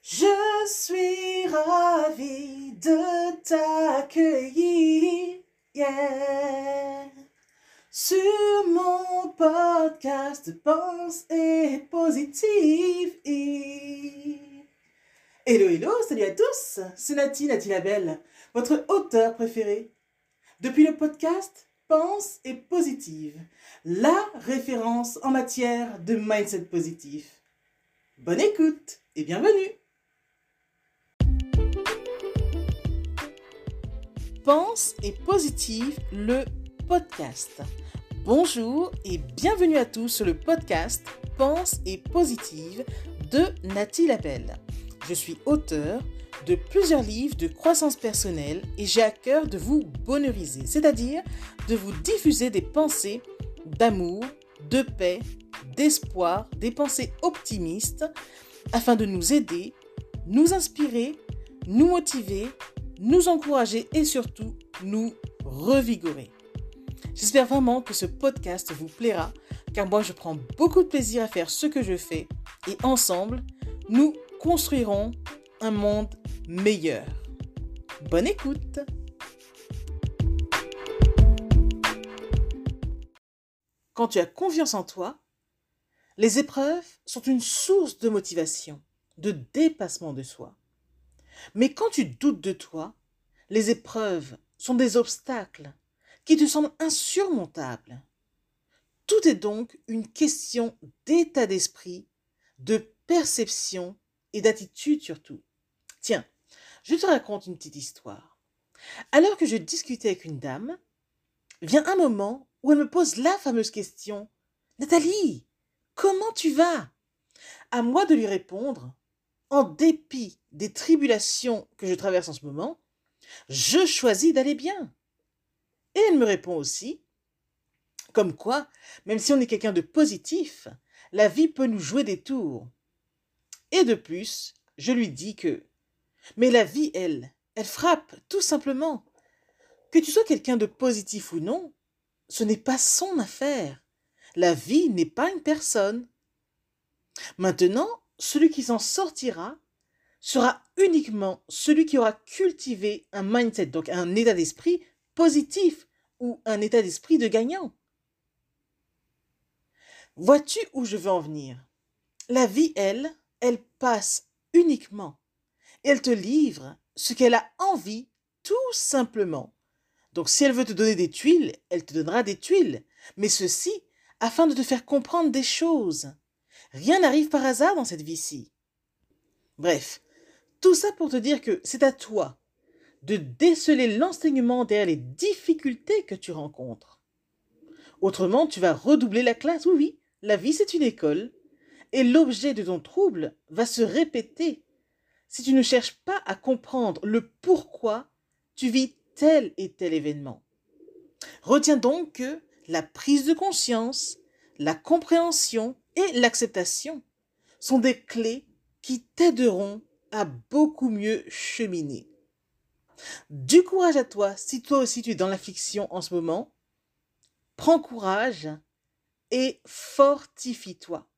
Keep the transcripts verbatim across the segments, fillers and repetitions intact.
Je suis ravie de t'accueillir, yeah, sur mon podcast Pense et Positive. Hello, hello, salut à tous, c'est Nati, Nati la Belle, votre auteur préféré. Depuis le podcast Pense et Positive, la référence en matière de mindset positif. Bonne écoute et bienvenue. Pense et Positive, le podcast. Bonjour et bienvenue à tous sur le podcast Pense et Positive de Nati la Belle. Je suis auteur de plusieurs livres de croissance personnelle et j'ai à cœur de vous bonheuriser, c'est-à-dire de vous diffuser des pensées d'amour, de paix, d'espoir, des pensées optimistes afin de nous aider, nous inspirer, nous motiver, nous encourager et surtout nous revigorer. J'espère vraiment que ce podcast vous plaira car moi je prends beaucoup de plaisir à faire ce que je fais et ensemble nous construirons un monde meilleur. Bonne écoute! Quand tu as confiance en toi, les épreuves sont une source de motivation, de dépassement de soi. Mais quand tu doutes de toi, les épreuves sont des obstacles qui te semblent insurmontables. Tout est donc une question d'état d'esprit, de perception et d'attitude surtout. Tiens, je te raconte une petite histoire. Alors que je discutais avec une dame, vient un moment où elle me pose la fameuse question « Nathalie, comment tu vas ?» À moi de lui répondre, en dépit des tribulations que je traverse en ce moment, je choisis d'aller bien. Et elle me répond aussi, comme quoi, même si on est quelqu'un de positif, la vie peut nous jouer des tours. Et de plus, je lui dis que, mais la vie, elle, elle frappe, tout simplement. Que tu sois quelqu'un de positif ou non, ce n'est pas son affaire. La vie n'est pas une personne. Maintenant, celui qui s'en sortira sera uniquement celui qui aura cultivé un mindset, donc un état d'esprit positif ou un état d'esprit de gagnant. Vois-tu où je veux en venir? La vie, elle, elle passe uniquement et elle te livre ce qu'elle a envie tout simplement. Donc si elle veut te donner des tuiles, elle te donnera des tuiles, mais ceci afin de te faire comprendre des choses. Rien n'arrive par hasard dans cette vie-ci. Bref, tout ça pour te dire que c'est à toi de déceler l'enseignement derrière les difficultés que tu rencontres. Autrement, tu vas redoubler la classe. Oui, oui, la vie c'est une école et l'objet de ton trouble va se répéter si tu ne cherches pas à comprendre le pourquoi tu vis tel et tel événement. Retiens donc que la prise de conscience, la compréhension et l'acceptation sont des clés qui t'aideront à beaucoup mieux cheminer. Du courage à toi si toi aussi tu es dans l'affliction en ce moment. Prends courage et fortifie-toi.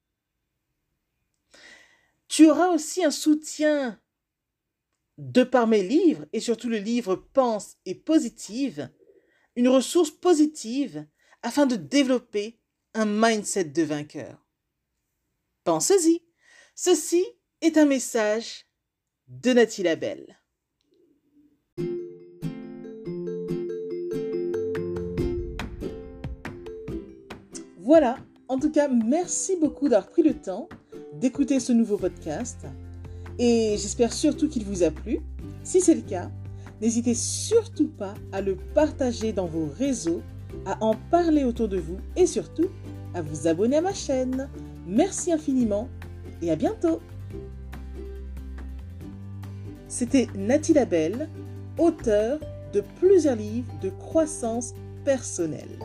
Tu auras aussi un soutien de par mes livres et surtout le livre Pense et Positive, une ressource positive afin de développer un mindset de vainqueur. Pensez-y, ceci est un message de Nati la Belle. Voilà, en tout cas, merci beaucoup d'avoir pris le temps d'écouter ce nouveau podcast et j'espère surtout qu'il vous a plu. Si c'est le cas, n'hésitez surtout pas à le partager dans vos réseaux, à en parler autour de vous et surtout à vous abonner à ma chaîne. Merci infiniment et à bientôt. C'était Nati la Belle, auteure de plusieurs livres de croissance personnelle.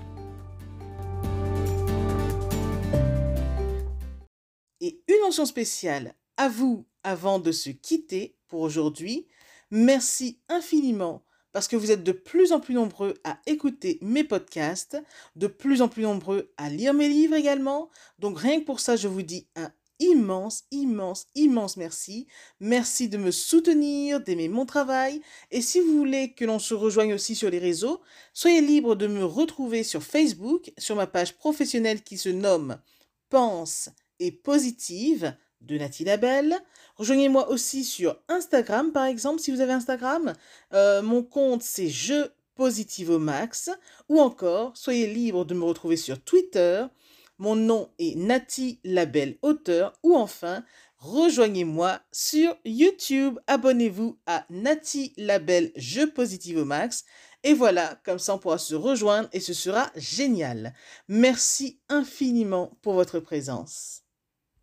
Et une mention spéciale à vous avant de se quitter pour aujourd'hui. Merci infiniment parce que vous êtes de plus en plus nombreux à écouter mes podcasts, de plus en plus nombreux à lire mes livres également. Donc rien que pour ça, je vous dis un immense, immense, immense merci. Merci de me soutenir, d'aimer mon travail. Et si vous voulez que l'on se rejoigne aussi sur les réseaux, soyez libre de me retrouver sur Facebook, sur ma page professionnelle qui se nomme Pense et Positive de Nathy Labelle. Rejoignez-moi aussi sur Instagram, par exemple, si vous avez Instagram. Euh, mon compte, c'est Je Positive au Max. Ou encore, soyez libre de me retrouver sur Twitter. Mon nom est Nathy Labelle Auteur. Ou enfin, rejoignez-moi sur YouTube. Abonnez-vous à Nathy Labelle Je Positive au Max. Et voilà, comme ça on pourra se rejoindre et ce sera génial. Merci infiniment pour votre présence.